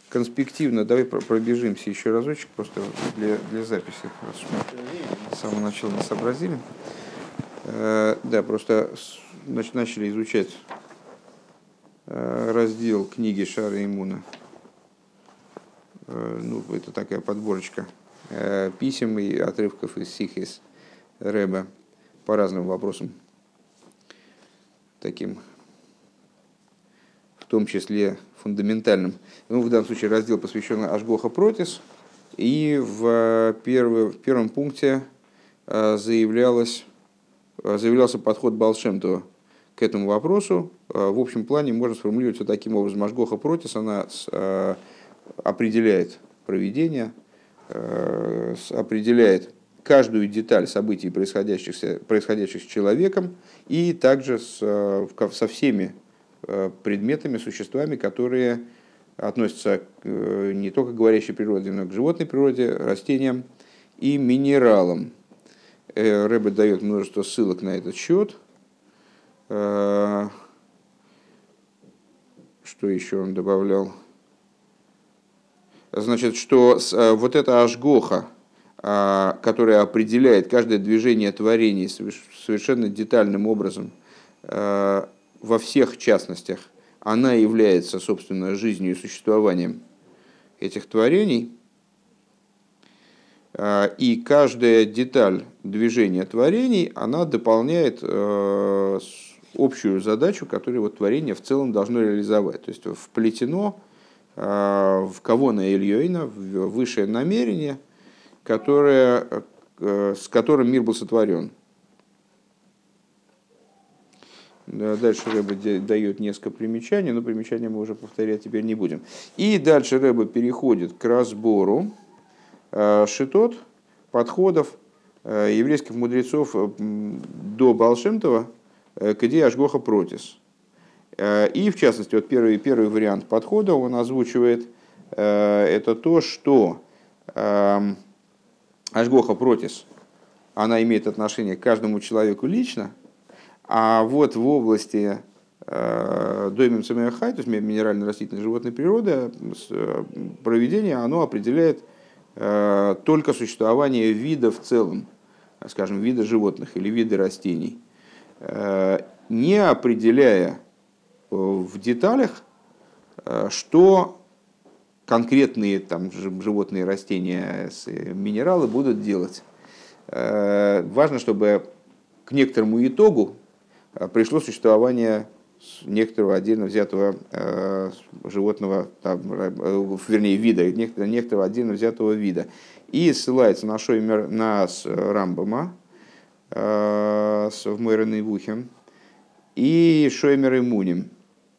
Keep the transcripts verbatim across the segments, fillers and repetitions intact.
конспективно, давай пробежимся еще разочек, просто для, для записи, раз мы с самого начала не сообразили. Да, просто значит, начали изучать раздел книги Шара Имуна. Ну, это такая подборочка писем и отрывков из Сихис Ребе по разным вопросам, таким, в том числе фундаментальным. Ну, в данном случае раздел посвящен Ашгоха Протис, и в, первый, в первом пункте заявлялось, заявлялся подход Баал Шем Това к этому вопросу. В общем плане можно сформулировать вот таким образом. Ашгоха Протис, она определяет провидение, определяет каждую деталь событий, происходящих, происходящих с человеком, и также с, со всеми предметами, существами, которые относятся не только к говорящей природе, но и к животной природе, растениям и минералам. Ребе дает множество ссылок на этот счет. Что еще он добавлял? Значит, что вот эта ашгоха, которая определяет каждое движение творений совершенно детальным образом, во всех частностях, она является, собственно, жизнью и существованием этих творений. И каждая деталь движения творений, она дополняет общую задачу, которую вот творение в целом должно реализовать. То есть вплетено в кавона эльёйна, в высшее намерение, которое, с которым мир был сотворен. Дальше Ребе дает несколько примечаний, но примечания мы уже повторять теперь не будем. И дальше Ребе переходит к разбору шитот, подходов еврейских мудрецов до Баал Шем Това к идее Ашгоха Протис. И в частности, вот первый, первый вариант подхода он озвучивает, это то, что Ашгоха Протис, она имеет отношение к каждому человеку лично, а вот в области доймим цемеахай, то есть минерально-растительной животной природы, проведение, оно определяет только существование вида в целом, скажем, вида животных или вида растений, не определяя в деталях, что конкретные там, животные, растения, минералы будут делать. Важно, чтобы к некоторому итогу пришло существование некоторого отдельно взятого э, животного, там, вернее, вида, некоторого, некоторого отдельно взятого вида. И ссылается на Шоймер, на Рамбама э, в Мойре Невухим и Шоймер и Муним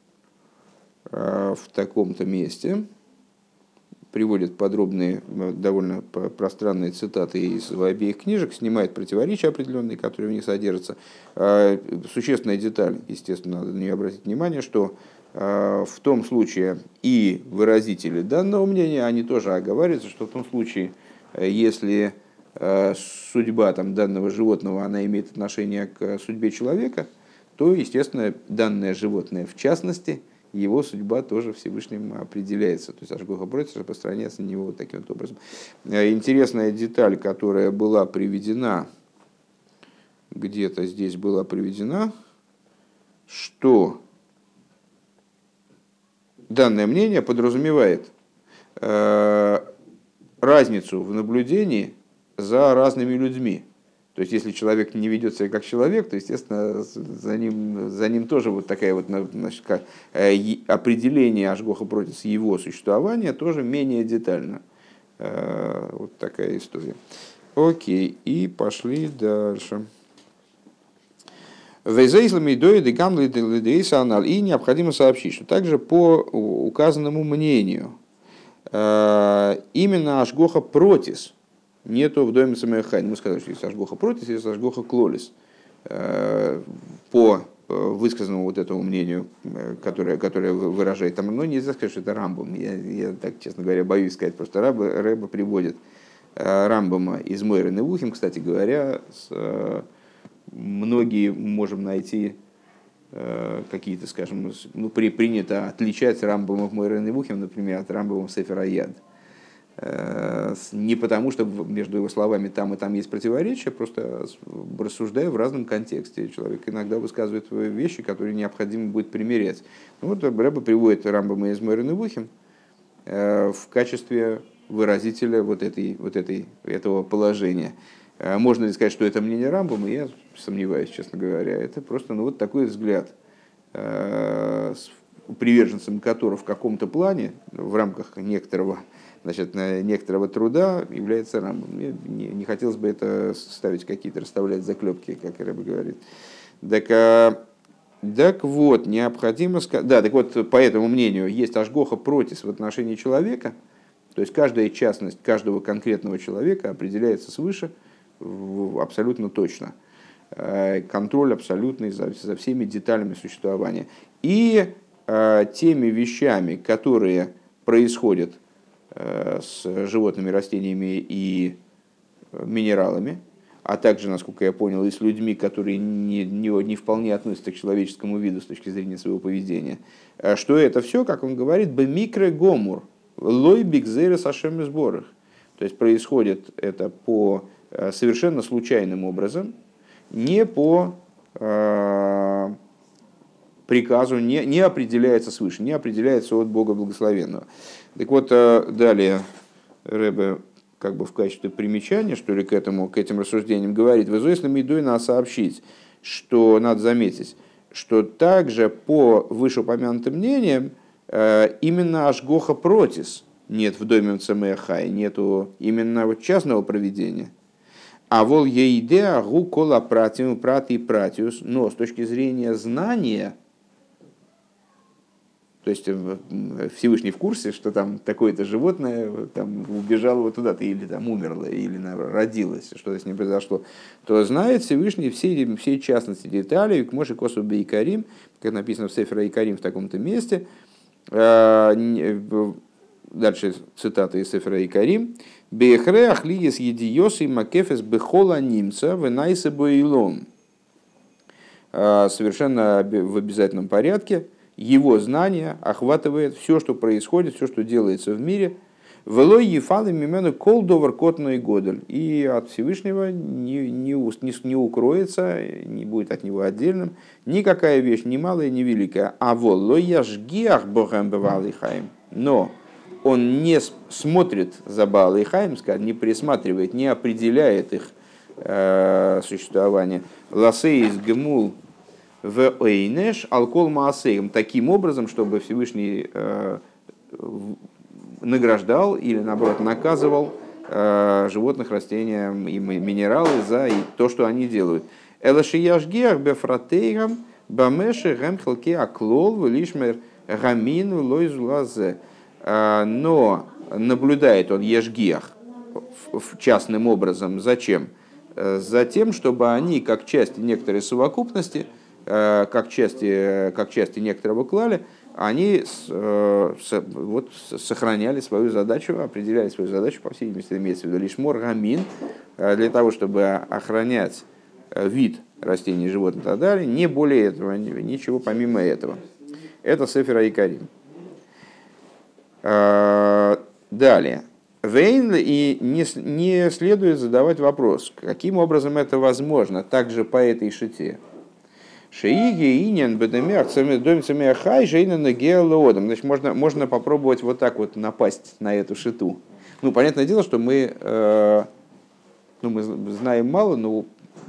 э, в таком-то месте. Приводит подробные, довольно пространные цитаты из обеих книжек, снимает противоречия определенные, которые в них содержатся. Существенная деталь, естественно, надо на нее обратить внимание, что в том случае и выразители данного мнения, они тоже оговариваются, что в том случае, если судьба там, данного животного она имеет отношение к судьбе человека, то, естественно, данное животное в частности, его судьба тоже Всевышним определяется. То есть Ашгоха Протис распространяется на него вот таким вот образом. Интересная деталь, которая была приведена, где-то здесь была приведена, что данное мнение подразумевает э, разницу в наблюдении за разными людьми. То есть, если человек не ведет себя как человек, то, естественно, за ним, за ним тоже вот такая вот, значит, как, э, определение Ашгоха Протис его существования тоже менее детально. Э, вот такая история. Окей, и пошли дальше. И необходимо сообщить, что также по указанному мнению именно Ашгоха Протис нету в доме Самеахай. Мы сказали, что есть Ашгоха Протис, есть Ашгоха Клолис. По высказанному вот этому мнению, которое, которое выражает там, но нельзя сказать, что это Рамбам. Я, я так, честно говоря, боюсь сказать, просто Ребе, Ребе приводит Рамбама из Мойре Невухим, кстати говоря, с, многие можем найти какие-то, скажем, ну, при, принято отличать Рамбамов Мойры Невухим, например, от Рамбамов Сефер Аяд. Не потому, что между его словами там и там есть противоречия, просто рассуждая в разном контексте. Человек иногда высказывает вещи, которые необходимо будет примерять. Ну, вот Рэбе приводит Рамбама из Мойры Невухим в качестве выразителя вот, этой, вот этой, этого положения. Можно ли сказать, что это мнение Рамбама? Я сомневаюсь, честно говоря. Это просто ну, вот такой взгляд, приверженцем которого в каком-то плане, в рамках некоторого, значит, некоторого труда является Рамбам. Мне не, не хотелось бы это ставить какие-то, расставлять заклепки, как Рэбе говорит. Так, так вот, необходимо сказать... Да, так вот, по этому мнению, есть ашгоха протис в отношении человека, то есть каждая частность каждого конкретного человека определяется свыше абсолютно точно. Контроль абсолютный за, за всеми деталями существования. И э, теми вещами, которые происходят э, с животными, растениями и минералами, а также, насколько я понял, и с людьми, которые не, не, не вполне относятся к человеческому виду с точки зрения своего поведения, что это все, как он говорит, бемикре гомур, лой бигзейра сашем сборах. То есть происходит это по совершенно случайным образом, не по э, приказу, не, не определяется свыше, не определяется от Бога Благословенного. Так вот, э, далее Ребе как бы в качестве примечания, что ли, к, этому, к этим рассуждениям говорит, в Изоислам Идой надо сообщить, что надо заметить, что также по вышеупомянутым мнениям э, именно ашгоха протис нет в доме Мцемехай, нету именно вот частного проведения. А вол еидеа гу кола пратиум прати пратиус, но с точки зрения знания, то есть Всевышний в курсе, что там такое-то животное там, убежало вот туда-то, или там умерло, или наоборот, родилось, что-то с ним произошло, то знает Всевышний все, все частности, детали, к Моше Косу Бейкарим, как написано в Сефер Айкарим в таком-то месте. Дальше цитата из Сефера Айкарим. «Беехреах лиес едиосы макефес бехола нимца венайсе боилом». Совершенно в обязательном порядке его знание охватывает все, что происходит, все, что делается в мире. «Велой ефалы мимену кол довар котной годель». И от Всевышнего не, не, не, не укроется, не будет от него отдельным никакая вещь, ни малая, ни великая. «А волой яшгиах богам бевалый хаим». Но он не смотрит за Баал и Хаим, не присматривает, не определяет их э, существование. Ласейс гемул в ойнеш алкол маасейм, таким образом, чтобы Всевышний э, награждал или, наоборот, наказывал э, животных, растения и минералы за то, что они делают. Элашияшгиах бефратейгам бамеши гэмхалки аклол лишмер гамин лойзулазе. Но наблюдает он ешгиах частным образом. Зачем? Затем, чтобы они, как части некоторой совокупности, как части, как части некоторого клаля, они вот, сохраняли свою задачу, определяли свою задачу, по всей видимости, имеется в виду лишь мор гамин, для того, чтобы охранять вид растений, животных и так далее, не более этого, ничего помимо этого. Это Сефер Айкарим. Далее. Вейн и не, не следует задавать вопрос, каким образом это возможно, также по этой шите. Шииги иньян бедемер домцами хай жейна нагеалоодом. Значит, можно, можно попробовать вот так вот напасть на эту шиту. Ну, понятное дело, что мы, э, ну, мы знаем мало, но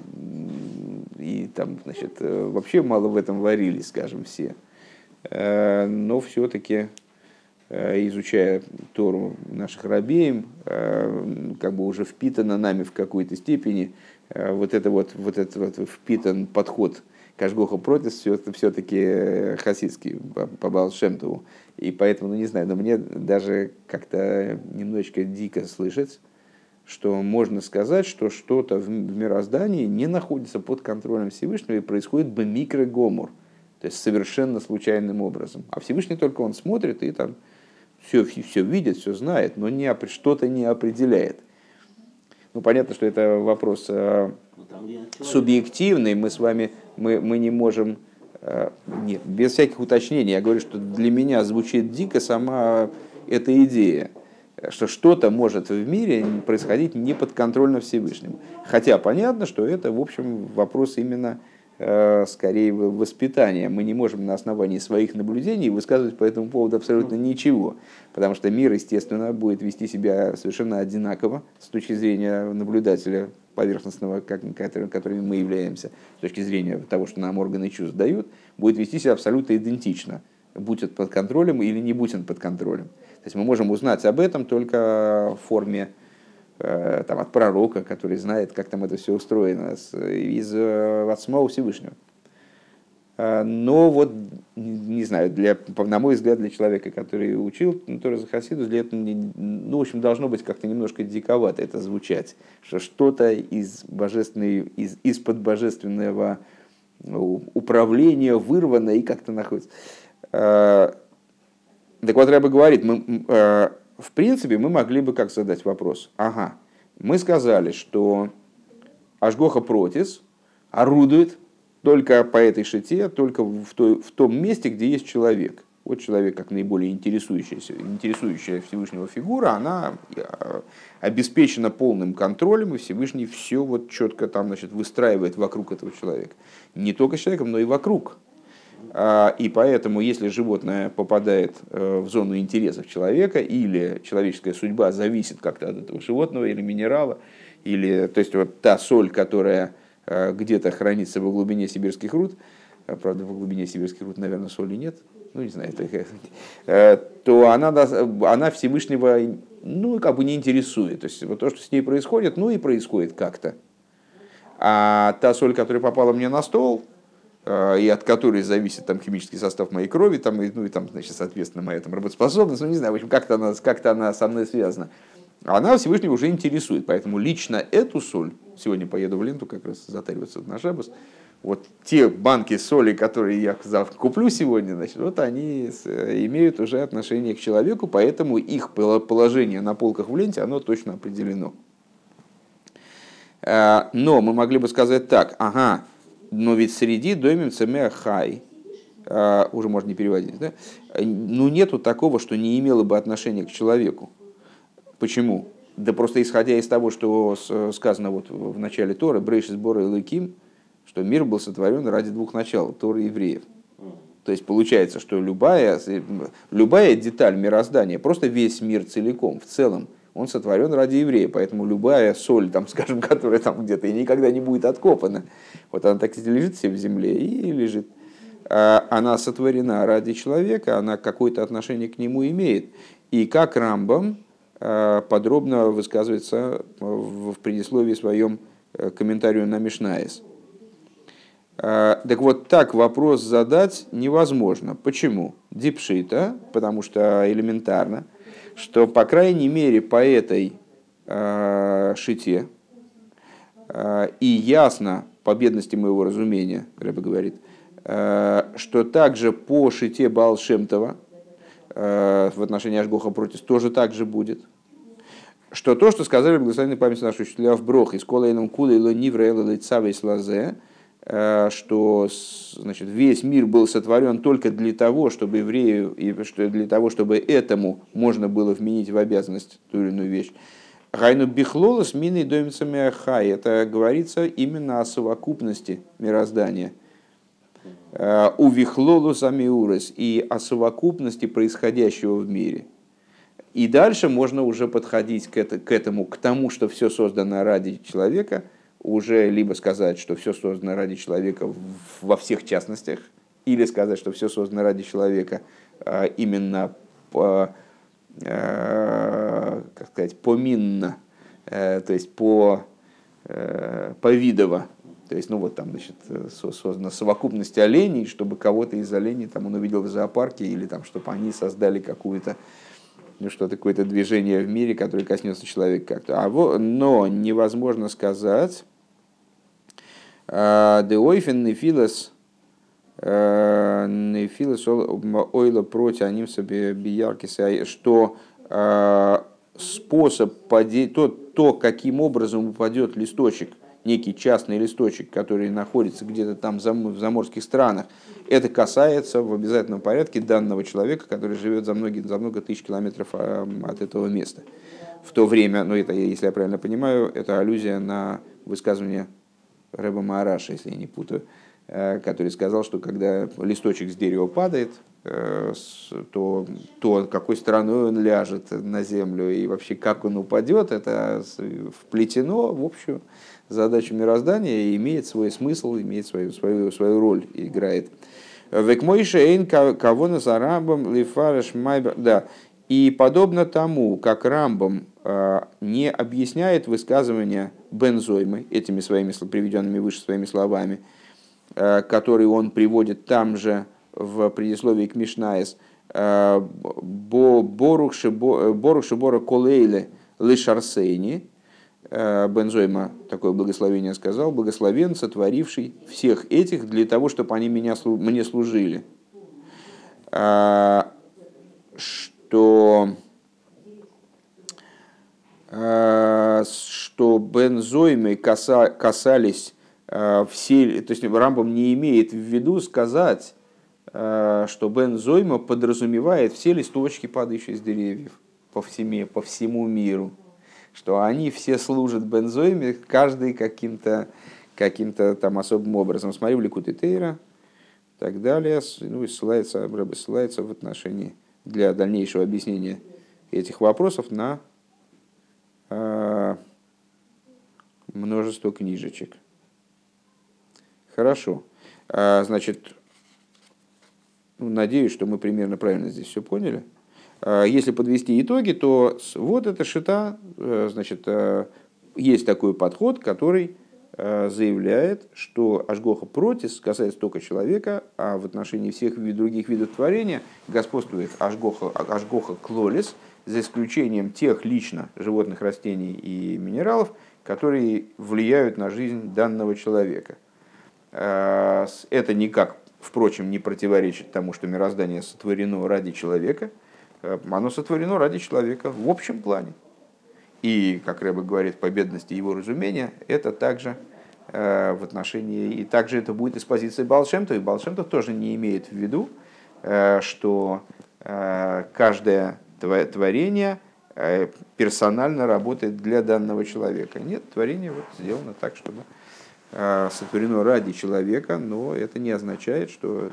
и там, значит, вообще мало в этом варились, скажем, все. Э, но все-таки, изучая Тору наших рабеем, как бы уже впитано нами в какой-то степени вот, это вот, вот этот вот впитан подход к ашгоха протис все-таки хасидский по Баал Шем Тову. И поэтому, ну не знаю, но мне даже как-то немножечко дико слышать, что можно сказать, что что-то в мироздании не находится под контролем Всевышнего и происходит бемикре гомур, то есть совершенно случайным образом. А Всевышний только он смотрит и там все, все видит, все знает, но не, что-то не определяет. Ну, понятно, что это вопрос э, субъективный. Мы с вами мы, мы не можем Нет, без всяких уточнений, я говорю, что для меня звучит дико сама эта идея, что что-то может в мире происходить не подконтрольно Всевышнему. Хотя понятно, что это, в общем, вопрос именно скорее воспитания. Мы не можем на основании своих наблюдений высказывать по этому поводу абсолютно ничего, потому что мир, естественно, будет вести себя совершенно одинаково с точки зрения наблюдателя поверхностного, которыми мы являемся, с точки зрения того, что нам органы чувств дают, будет вести себя абсолютно идентично, будь он под контролем или не будь он под контролем. То есть мы можем узнать об этом только в форме там, от пророка, который знает, как там это все устроено, из от самого Всевышнего. Но вот, не знаю, для, на мой взгляд, для человека, который учил Тору за Хасидус, для этого, ну, в общем, должно быть как-то немножко диковато это звучать, что что-то из божественной, из, из-под божественного управления вырвано и как-то находится. Так вот, Рэбе говорит, мы, в принципе, мы могли бы как задать вопрос. Ага, мы сказали, что Ашгоха Протис орудует только по этой шите, только в, той, в том месте, где есть человек. Вот человек, как наиболее интересующаяся, интересующая Всевышнего фигура, она обеспечена полным контролем, и Всевышний все вот четко там, значит, выстраивает вокруг этого человека. Не только с человеком, но и вокруг. И поэтому, если животное попадает в зону интересов человека, или человеческая судьба зависит как-то от этого животного, или минерала, или, то есть вот та соль, которая где-то хранится во глубине сибирских руд, правда, во глубине сибирских руд, наверное, соли нет, ну, не знаю, то она, она Всевышнего, ну, как бы не интересует. То есть вот то, что с ней происходит, ну, и происходит как-то. А та соль, которая попала мне на стол, и от которой зависит там химический состав моей крови, там, и, ну, и там, значит, соответственно, моя там работоспособность, ну, не знаю, в общем, как-то она, как-то она со мной связана. Она Всевышнего уже интересует, поэтому лично эту соль, сегодня поеду в Ленту как раз затариваться на шаббос, вот те банки соли, которые я куплю сегодня, значит, вот они имеют уже отношение к человеку, поэтому их положение на полках в Ленте, оно точно определено. Но мы могли бы сказать так, ага, но ведь среди домим цемеа хай, уже можно не переводить, да? Ну нету такого, что не имело бы отношения к человеку. Почему? Да просто исходя из того, что сказано вот в начале Торы, Брейшис Бора и Лыким, что мир был сотворен ради двух начал, Торы и евреев. То есть получается, что любая, любая деталь мироздания, просто весь мир целиком, в целом, он сотворен ради еврея. Поэтому любая соль, там, скажем, которая там где-то и никогда не будет откопана, вот она так лежит себе в земле и лежит. Она сотворена ради человека, она какое-то отношение к нему имеет. И как Рамбам подробно высказывается в предисловии своем комментарию на Мишнаес. Так вот, так вопрос задать невозможно. Почему? Дипшита, потому что элементарно, что, по крайней мере, по этой э, шите, э, и ясно, по бедности моего разумения, Рэбе говорит, э, что также по шите Баал Шем Това э, в отношении Ашгоха Протис тоже так же будет. Что то, что сказали благословенной памяти нашего учителя в Брох, из Колейном Куда Ило Нивра Эло Лейцавейс Лазе, что, значит, весь мир был сотворен только для того, чтобы еврею, и для того, чтобы этому можно было вменить в обязанность ту или иную вещь. Гайну бихлола с миной домицами ахай. Это говорится именно о совокупности мироздания. У вихлолу самиурес и о совокупности происходящего в мире. И дальше можно уже подходить к этому, к тому, что все создано ради человека, уже либо сказать, что все создано ради человека во всех частностях, или сказать, что все создано ради человека именно по, как сказать, поминно, то есть по повидово. То есть, ну вот там, значит, создана совокупность оленей, чтобы кого-то из оленей там он увидел в зоопарке, или там, чтобы они создали какую-то, ну, что-то, какое-то движение в мире, которое коснется человека как-то. А во, но невозможно сказать, Деойфен нефилас нефилас ойла проти аним себе бияркиса, что способ падения, то, то, каким образом упадет листочек некий частный листочек, который находится где-то там в заморских странах, это касается в обязательном порядке данного человека, который живет за, многие, за много тысяч километров от этого места. В то время, ну это, если я правильно понимаю, это аллюзия на высказывание Рэба Маараша, если я не путаю, который сказал, что когда листочек с дерева падает, то, то какой стороной он ляжет на землю и вообще как он упадет, это вплетено в общую задачу мироздания и имеет свой смысл, имеет свою, свою, свою роль, играет. Векмойшейн кого на Рамбам лифареш майбер. Да. И подобно тому, как Рамбам не объясняет высказывания Бензоймы этими своими приведенными выше своими словами, которые он приводит там же в предисловии к Мишнаес, Борух Шибора Колейле Лишарсейни, Бензойма такое благословение сказал: благословен, сотворивший всех этих для того, чтобы они меня, мне служили. Что, что Бензоймы касались все, то есть Рамбам не имеет в виду сказать, что Бензойма подразумевает все листочки, падающие с деревьев по, всеме, по всему миру, что они все служат Бензойме, каждый каким-то каким-то там особым образом. Смотри в Ликутей Тейра и так далее. Ну, и ссылается, Рэбе ссылается в отношении для дальнейшего объяснения этих вопросов на э, множество книжечек. Хорошо. Значит, надеюсь, что мы примерно правильно здесь все поняли. Если подвести итоги, то вот эта шита, значит, есть такой подход, который заявляет, что ашгоха протис касается только человека, а в отношении всех других видов творения господствует ашгоха, ашгоха клолис, за исключением тех лично животных, растений и минералов, которые влияют на жизнь данного человека. Это никак, впрочем, не противоречит тому, что мироздание сотворено ради человека. Оно сотворено ради человека в общем плане. И, как Рэбе говорит, по бедности его разумения, это также в отношении, и также это будет из позиции Баал Шем Тов. И Баал Шем Тов тоже не имеет в виду, что каждое творение персонально работает для данного человека. Нет, творение вот сделано так, чтобы сотворено ради человека, но это не означает, что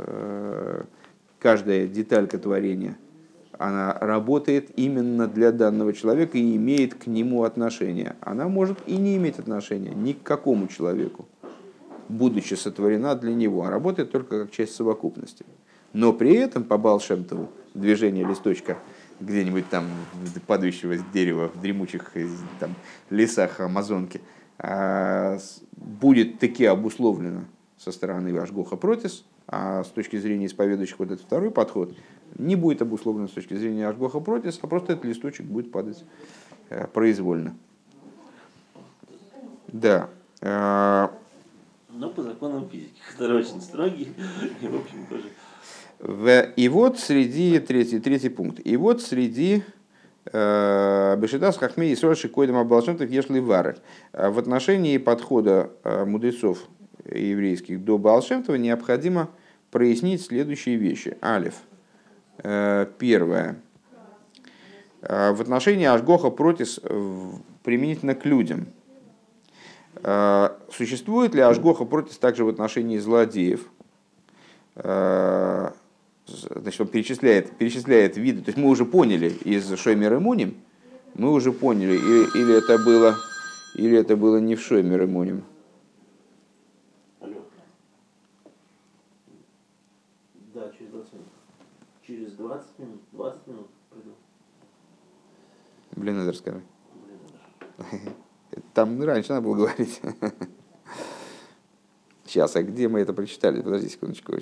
каждая деталька творения, она работает именно для данного человека и имеет к нему отношение. Она может и не иметь отношения ни к какому человеку, будучи сотворена для него, а работает только как часть совокупности. Но при этом по Баал Шем Тову движение листочка где-нибудь там падающего с дерева в дремучих там, лесах Амазонки будет таки обусловлено со стороны ашгоха протис, а с точки зрения исповедующих вот этот второй подход не будет обусловлено с точки зрения ашгоха протис, а просто этот листочек будет падать произвольно. Да. Но по законам физики, которые очень строгие, и в общем тоже. И вот среди, третий, третий пункт, и вот среди Бешитас Хахмей и Сольши Койдам Абалшемтов Ешли Варек. В отношении подхода мудрецов еврейских до Баалшемтова необходимо прояснить следующие вещи. Алиф. Первое. В отношении ашгоха протис применительно к людям. Существует ли ашгоха протис также в отношении злодеев? Значит, он перечисляет, перечисляет виды. То есть мы уже поняли из Шоймер Эмуним, мы уже поняли, или, или, это было, или это было не в Шоймер Эмуним. Да, через двадцать минут. Через двадцать минут. двадцать минут приду. Блин, надо расскажи. Там раньше надо было говорить. Сейчас, а где мы это прочитали? Подожди секундочку.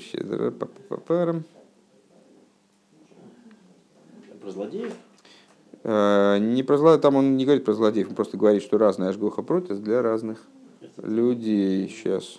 Про злодеев? Не про злодеев, там он не говорит про злодеев, он просто говорит, что разная ашгоха протис для разных это людей. Сейчас.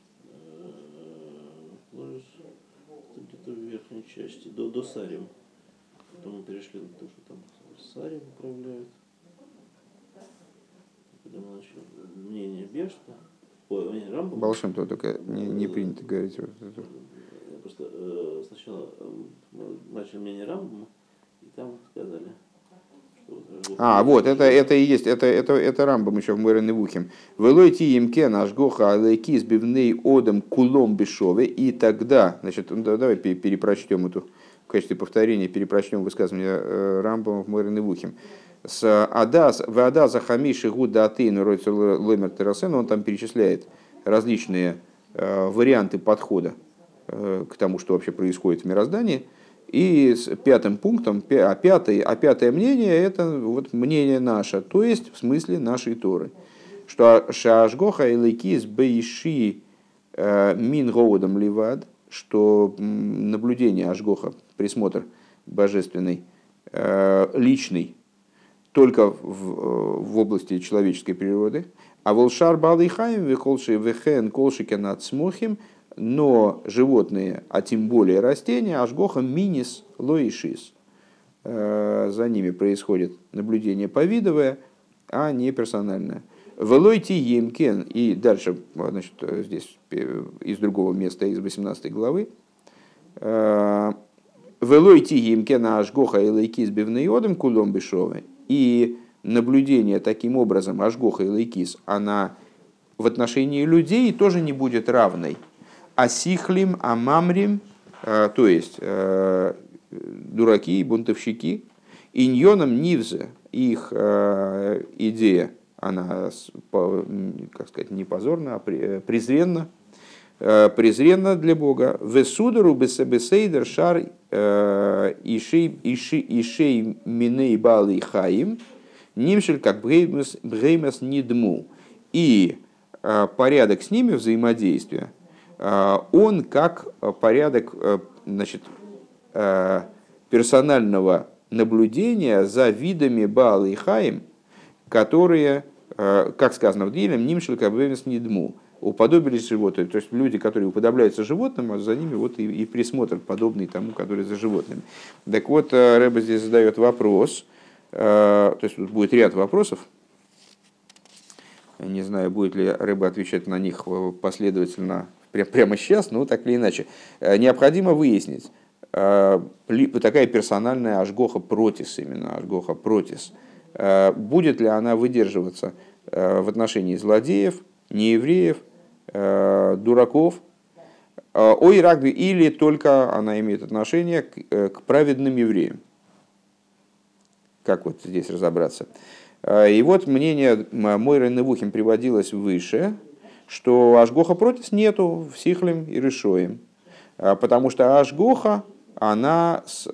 Где-то в верхней части, до, до Сарим. Потом мы перешли на то, что там Сарим управляют. мнение Бешта, ой, мнение Рамбама. Баал Шем Тов, только не, не принято говорить. Просто э, сначала мы начали мнение Рамбама, и там сказали, что... А, вот, это, это и есть, это, это, это Рамбам еще в Мойре Невухим. «Велой ти емке наш гоха алейки сбивней одам кулом бешове». И тогда, значит, ну, давай перепрочтем эту, в качестве повторения, перепрочтем высказывание Рамбама в Мойре Невухим. С Адас, в Адаса хамиши гуда атейну ройцер ломер терасен, он там перечисляет различные э, варианты подхода э, к тому, что вообще происходит в мироздании. И с пятым пунктом, а пятое, а пятое мнение, это вот мнение наше, то есть в смысле нашей Торы, что шашгоха элейкис бейши мин гоудам ливад, что наблюдение ашгоха, присмотр божественный, личный, только в, в области человеческой природы, а волшар балыхаем вехолши вехен колшикен ацмохим, но животные, а тем более растения, ашгоха минис лоишис. За ними происходит наблюдение повидовое, а не персональное. Велойти емкен, и дальше, значит, здесь из другого места, из восемнадцатой главы. Велойти емкен ашгоха и лейкис бивнеодом кулом бешовы. И наблюдение таким образом ашгоха и лейкис, она в отношении людей тоже не будет равной. Асихлим, амамрим, то есть дураки, бунтовщики, иньоном нивзе, их идея, она, как сказать, не позорна, а презренна, презренна для Бога. Весудару бесейдер шар ишей миней балы хаим, нимшель как бгеймас нидму. И порядок с ними взаимодействия, он как порядок, значит, персонального наблюдения за видами Баал и Хаим, которые, как сказано в Дилем, нимшель кабвевес нидму, уподобились животным. То есть люди, которые уподобляются животным, а за ними вот и, и присмотр подобный тому, который за животными. Так вот, Рэбе здесь задает вопрос, то есть тут будет ряд вопросов. Не знаю, будет ли Рэбе отвечать на них последовательно прямо сейчас, но так или иначе. Необходимо выяснить, такая персональная ашгоха протис, именно ашгоха протис, будет ли она выдерживаться в отношении злодеев, неевреев, дураков, ой, рагби, или только она имеет отношение к, к праведным евреям. Как вот здесь разобраться? И вот мнение Мойры Невухим приводилось выше, что ашгоха протис нету в Сихлем и Решоем, потому что ашгоха, она с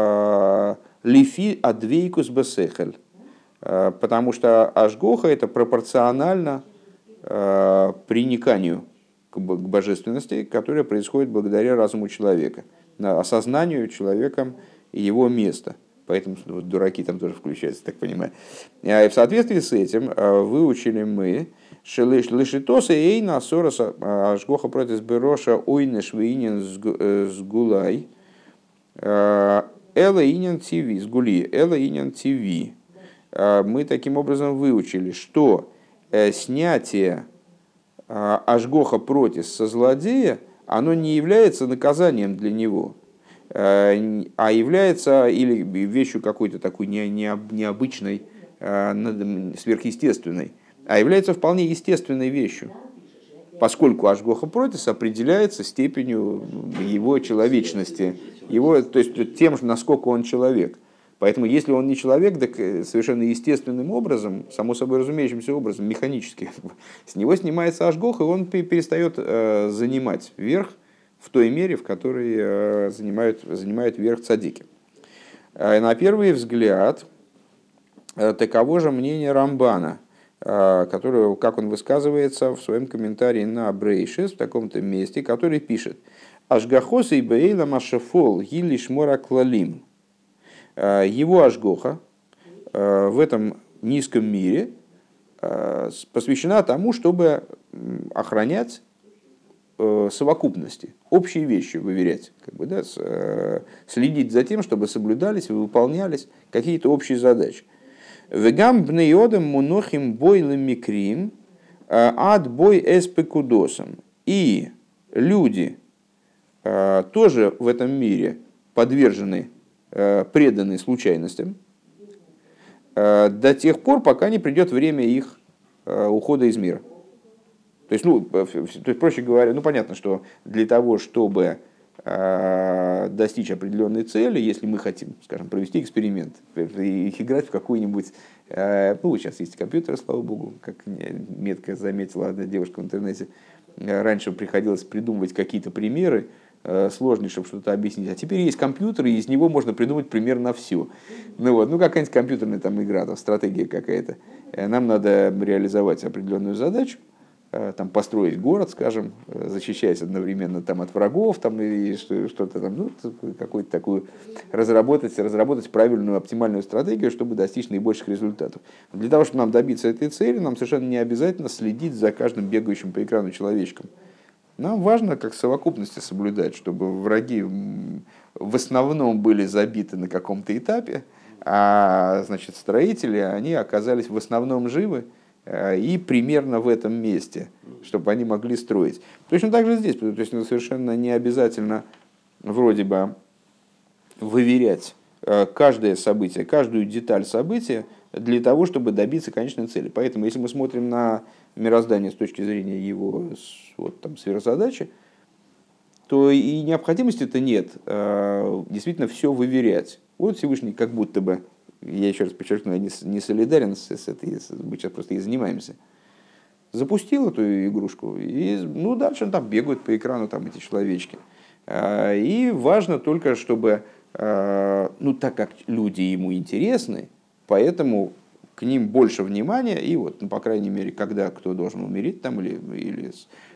лифи адвейкус бесехель, потому что ашгоха это пропорционально приниканию к божественности, которое происходит благодаря разуму человека, осознанию человеком его места. Поэтому вот, дураки там тоже включаются, так понимаю. И в соответствии с этим выучили мы лишитоса эйна сороса ашгоха протис бероша ойнеш вейнин сгулай эла инин тиви сгули эла инин тиви. Мы таким образом выучили, что снятие ашгоха протис со злодея, оно не является наказанием для него, а является или вещью какой-то такой необычной, сверхъестественной, а является вполне естественной вещью, поскольку ашгоха протис определяется степенью его человечности, его, то есть тем, насколько он человек. Поэтому, если он не человек, так совершенно естественным образом, само собой разумеющимся образом, механически, с него снимается ашгоха, и он перестает занимать верх в той мере, в которой занимают, занимают верх цадики. На первый взгляд, таково же мнение Рамбана, которое, как он высказывается в своем комментарии на Брейшис, в таком-то месте, который пишет: «Ашгахоса и бейла машафол гили шмора клалим». Его ашгоха в этом низком мире посвящена тому, чтобы охранять совокупности, общие вещи выверять, как бы, да, следить за тем, чтобы соблюдались и выполнялись какие-то общие задачи. Вегам бнеодам мунохим бойлем микрим ад бой эспекудосом. И люди тоже в этом мире подвержены, преданы случайностям до тех пор, пока не придет время их ухода из мира. То есть, ну, то есть, проще говоря, ну, понятно, что для того, чтобы э, достичь определенной цели, если мы хотим, скажем, провести эксперимент, и играть в какой-нибудь, э, ну, сейчас есть компьютер, слава богу, как метко заметила одна девушка в интернете, раньше приходилось придумывать какие-то примеры э, сложные, чтобы что-то объяснить, а теперь есть компьютер, и из него можно придумать пример на все. Ну, вот, ну, какая-нибудь компьютерная там игра, там, стратегия какая-то. Нам надо реализовать определенную задачу, там, построить город, скажем, защищаясь одновременно там, от врагов, там, и что-то там, ну, какую-то такую, разработать, разработать правильную, оптимальную стратегию, чтобы достичь наибольших результатов. Для того, чтобы нам добиться этой цели, нам совершенно не обязательно следить за каждым бегающим по экрану человечком. Нам важно, как совокупности соблюдать, чтобы враги в основном были забиты на каком-то этапе, а значит, строители, они оказались в основном живы, и примерно в этом месте, чтобы они могли строить. Точно так же здесь, то есть совершенно не обязательно вроде бы выверять каждое событие, каждую деталь события для того, чтобы добиться конечной цели. Поэтому, если мы смотрим на мироздание с точки зрения его вот, там, сверхзадачи, то и необходимости-то нет действительно все выверять. Вот Всевышний как будто бы, я еще раз подчеркну, я не солидарен с, с этой, мы сейчас просто и занимаемся, запустил эту игрушку, и ну, дальше там бегают по экрану там, эти человечки. И важно только, чтобы, ну, так как люди ему интересны, поэтому к ним больше внимания, и вот, ну, по крайней мере, когда кто должен умереть там, или, или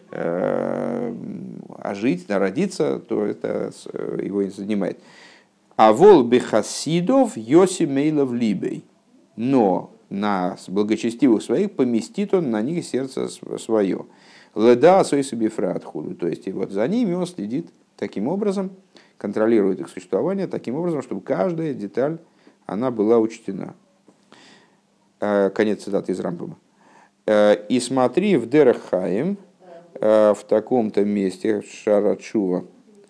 э, ожить, народиться, то это его не занимает. А вол бехасидов йоси мейлов либей. Но на благочестивых своих поместит он на них сердце свое. Леда сойса бифратхуду. То есть и вот за ними он следит таким образом, контролирует их существование таким образом, чтобы каждая деталь она была учтена. Конец цитаты из Рамбама. И смотри в Дерех Хаим, в таком-то месте, Шара Чува,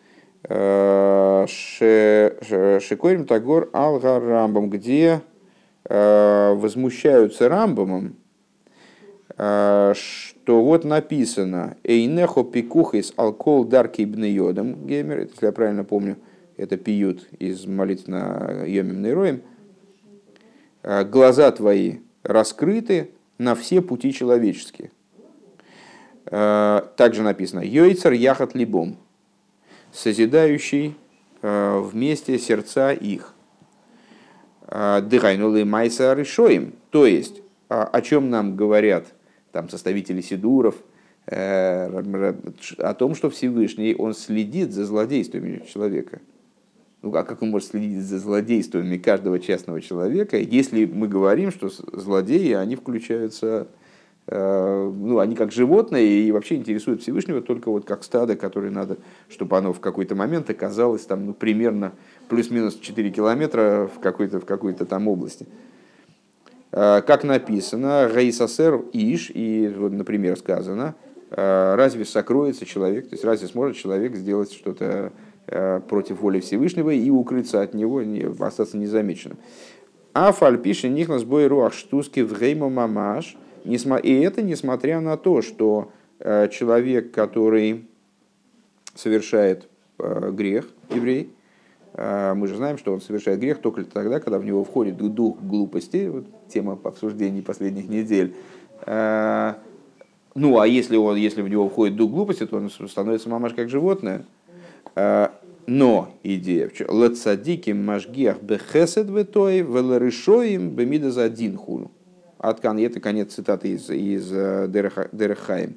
Шикорим Тагор Алга Рамбам, где возмущаются Рамбамом, что вот написано Эйнехо пикухис алкол дарки бнеодам геймер, если я правильно помню, это пьют из молитв на Йомим Нейроем, глаза твои раскрыты на все пути человеческие. Также написано Йойцер яхат либом, созидающий вместе сердца их. Дыхайнулы майса решоим. То есть, о чем нам говорят там, составители сидуров, о том, что Всевышний он следит за злодействами человека. Ну, а как он может следить за злодействами каждого частного человека, если мы говорим, что злодеи, они включаются, ну, они как животные и вообще интересуют Всевышнего только вот как стадо, которое надо, чтобы оно в какой-то момент оказалось там, ну, примерно плюс-минус четыре километра в какой-то, в какой-то там области. Как написано, Гейсасер Иш, и, вот, например, сказано, разве сокроется человек, то есть разве сможет человек сделать что-то против воли Всевышнего и укрыться от него, остаться незамеченным. А фальпиши нихнас бой руах штуски в гейма мамаш. И это несмотря на то, что человек, который совершает грех, еврей, мы же знаем, что он совершает грех только тогда, когда в него входит дух глупости, вот тема обсуждений последних недель. Ну, а если, он, если в него входит дух глупости, то он становится мамаш как животное. Но идея, лацадики мажгиах бехесед ветой веларышоим бемидаз один хуну. Аткан, это конец цитаты из, из Дерех Хаим.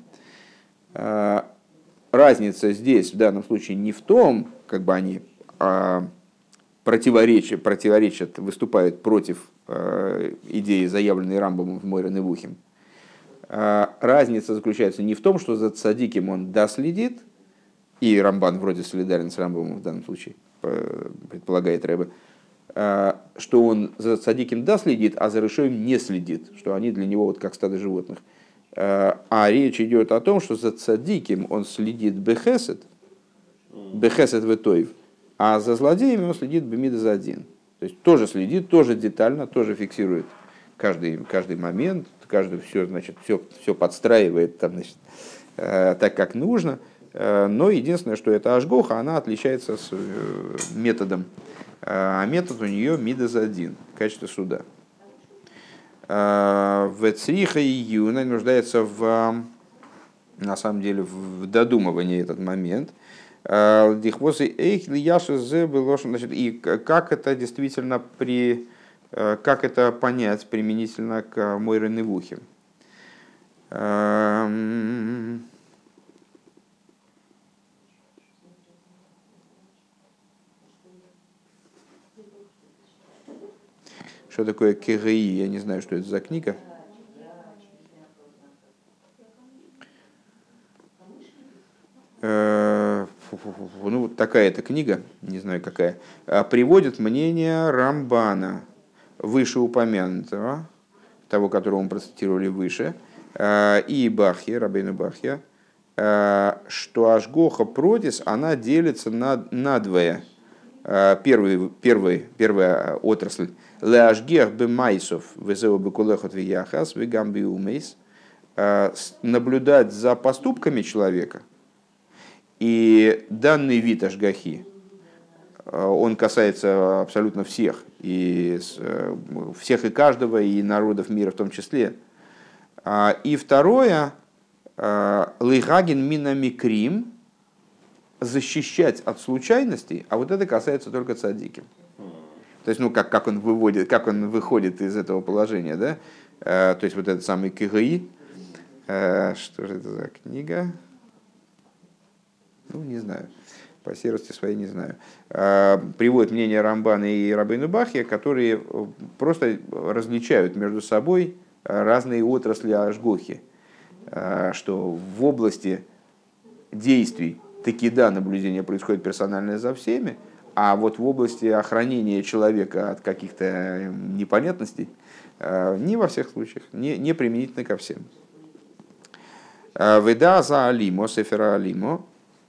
Разница здесь в данном случае не в том, как бы они а, противоречат, противоречат, выступают против а, идеи, заявленной Рамбамом в Мойре Невухим. А, разница заключается не в том, что за цадиким он доследит, и Рамбан вроде солидарен с Рамбамом в данном случае, предполагает Рэбе, что он за цадиким да следит, а за решоем не следит, что они для него вот как стадо животных. А речь идет о том, что за цадиким он следит бехесед, бехесед ветоев, а за злодеями он следит бемидас один. То есть тоже следит, тоже детально, тоже фиксирует каждый, каждый момент, каждый все, значит, все, все подстраивает там, значит, так, как нужно. Но единственное, что эта ашгоха, она отличается с методом. А метод у нее мидас один, качество суда. В цриха и юна нуждается в, на самом деле, в додумывании этот момент. Дихвосы эйх яши зе было, значит, и как это действительно при, как это понять применительно к Мойре Невухе. Что такое КГИ? Я не знаю, что это за книга. Ну, такая-то книга, не знаю какая, приводит мнение Рамбана, вышеупомянутого, того, которого мы процитировали выше, и Бахья, Рабейну Бахья, что ашгоха протис, она делится на, на двое. Первый, первый, первая отрасль. Леашгех бемайсов везео бекулехот вияхас вегамби умейс. Наблюдать за поступками человека. И данный вид ашгахи, он касается абсолютно всех. И всех и каждого, и народов мира в том числе. И второе. Лейхаген минамикрим. Защищать от случайностей, а вот это касается только цадиким. То есть, ну, как, как он выводит, как он выходит из этого положения, да? То есть, вот этот самый КГИ. Что же это за книга? Ну, не знаю. По серости своей не знаю. Приводит мнение Рамбана и Рабейну Бахья, которые просто различают между собой разные отрасли ашгохи. Что в области действий таки да, наблюдение происходит персонально за всеми, а вот в области охранения человека от каких-то непонятностей не во всех случаях, не, не применительно ко всем. Веда за алимо, сефера алимо,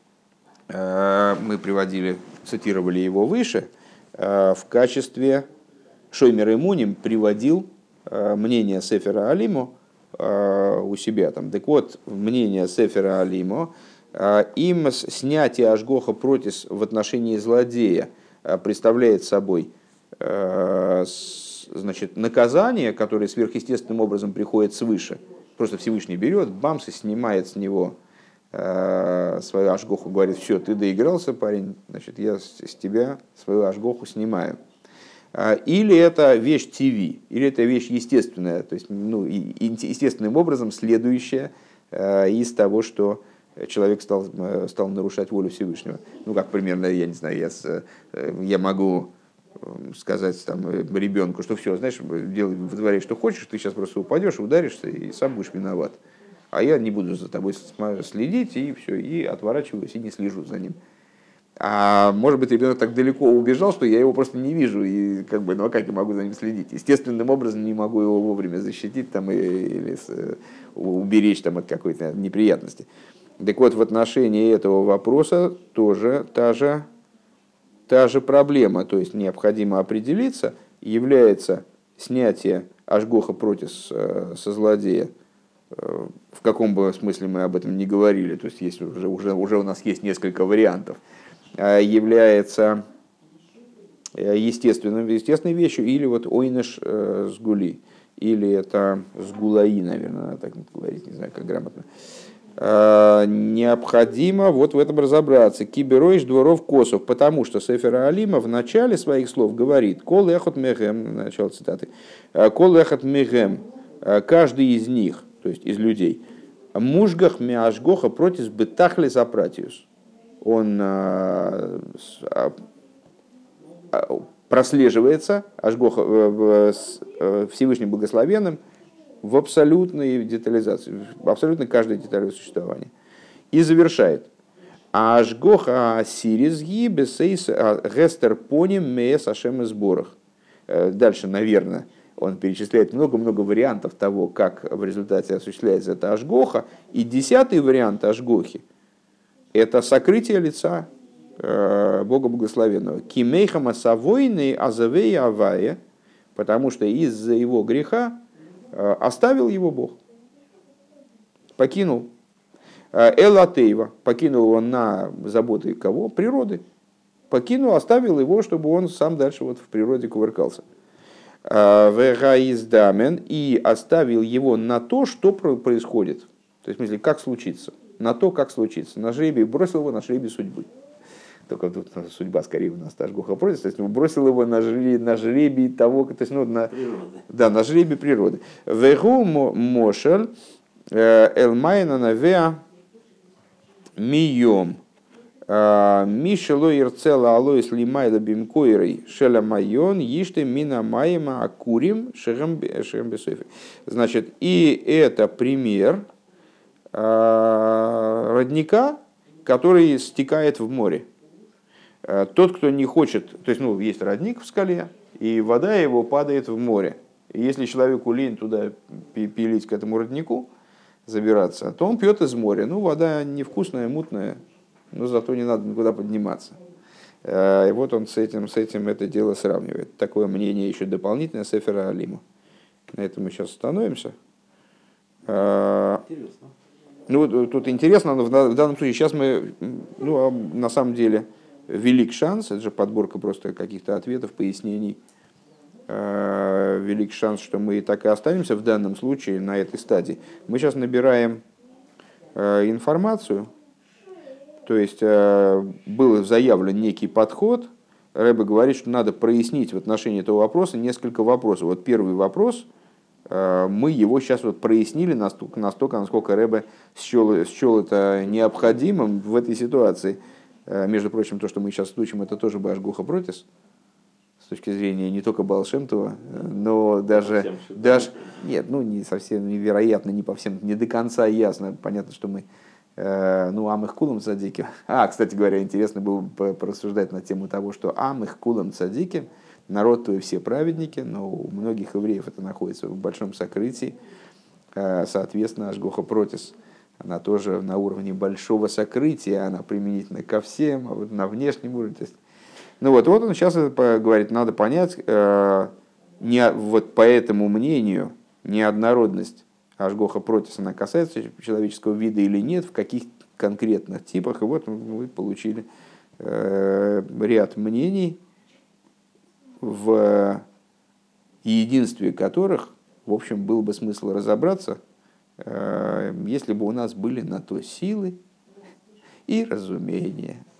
мы приводили, цитировали его выше, в качестве Шоймер Имуним приводил мнение сефера алимо у себя. Там. Так вот, мнение сефера алимо, им снятие ашгоха протис в отношении злодея представляет собой, значит, наказание, которое сверхъестественным образом приходит свыше. Просто Всевышний берет, бамс, и снимает с него свою ашгоху, говорит: все, ты доигрался, парень, значит, я с тебя свою ашгоху снимаю. Или это вещь ТВ, или это вещь естественная, то есть, ну, естественным образом следующая из того, что человек стал, стал нарушать волю Всевышнего. Ну, как примерно, я не знаю, я, с, я могу сказать там, ребенку, что все, знаешь, делай во дворе, что хочешь, ты сейчас просто упадешь, ударишься и сам будешь виноват. А я не буду за тобой следить, и все, и отворачиваюсь, и не слежу за ним. А может быть, ребенок так далеко убежал, что я его просто не вижу, и как бы, ну а как я могу за ним следить? Естественным образом не могу его вовремя защитить там, или уберечь там, от какой-то неприятности. Так вот, в отношении этого вопроса тоже та же, та же проблема. То есть, необходимо определиться, является снятие ашгоха протис со злодея, в каком бы смысле мы об этом не говорили, то есть, есть уже, уже, уже у нас есть несколько вариантов, является естественным, естественной вещью, или вот ойнеш сгули, или это сгулаи, наверное, надо так говорить, не знаю, как грамотно. Необходимо вот в этом разобраться. Кибероиш дворов косов, потому что Сефер Алима в начале своих слов говорит: «Кол эхот мегем», начало цитаты, «Кол эхот мегем», каждый из них, то есть из людей, мужгах мяшгоха против бетахли запратиус. Он прослеживается, ашгоха, Всевышним Благословенным, в абсолютной детализации, в абсолютно каждой детали существования. И завершает. Ашгоха сиризги бесейс гестер поним мес ашем и сборах. Дальше, наверное, он перечисляет много-много вариантов того, как в результате осуществляется это ашгоха. И десятый вариант ашгохи – это сокрытие лица Бога Благословенного. Кимейха масавойны азавей авае, потому что из-за его греха оставил его Бог, покинул. Элатейва, покинул его на заботы кого? Природы. Покинул, оставил его, чтобы он сам дальше вот в природе кувыркался. Вегаиздамен, и оставил его на то, что происходит. То есть, в смысле, как случится. На то, как случится. На жребий, бросил его на жребий судьбы. Только тут судьба скорее у нас Ашгоха протис, то есть бросил его на жребий, на жребий того, то есть, ну, на, да, на жребий природы. Вегу мошель элмайна навеа мием. Мишело ирцела алоис лимайла бимкоирой шеля майон иште мина майма акурим шерем бесофи. Значит, и это пример родника, который стекает в море. Тот, кто не хочет, то есть, ну, есть родник в скале, и вода его падает в море. И если человеку лень туда пилить к этому роднику, забираться, то он пьет из моря. Ну, вода невкусная, мутная, но зато не надо никуда подниматься. И вот он с этим, с этим это дело сравнивает. Такое мнение еще дополнительное Сефера Алима. На этом мы сейчас остановимся. Интересно. Ну, тут интересно, но в данном случае сейчас мы, ну, на самом деле, велик шанс, это же подборка просто каких-то ответов, пояснений, велик шанс, что мы так и останемся в данном случае на этой стадии. Мы сейчас набираем информацию, то есть был заявлен некий подход, Рэбе говорит, что надо прояснить в отношении этого вопроса несколько вопросов. Вот первый вопрос, мы его сейчас вот прояснили настолько, настолько насколько Рэбе счел, счел это необходимым в этой ситуации. Между прочим, то, что мы сейчас учим, это тоже Ашгоха протис, с точки зрения не только Баал Шем Това, но даже, даже нет, ну не совсем невероятно, не по всем, не до конца ясно. Понятно, что мы, ну, ам их кулам цадиким. А, кстати говоря, интересно было бы порассуждать на тему того, что ам их кулам цадиким, народ твой все праведники, но у многих евреев это находится в большом сокрытии, соответственно, Ашгоха протис. Она тоже на уровне большого сокрытия, она применительна ко всем, а вот на внешнем уровне. То есть, ну вот, вот он сейчас говорит, надо понять, э, не, вот по этому мнению, неоднородность Ашгоха протис, она касается человеческого вида или нет, в каких конкретных типах. И вот вы получили э, ряд мнений, в единстве которых, в общем, был бы смысл разобраться, если бы у нас были на то силы и разумение.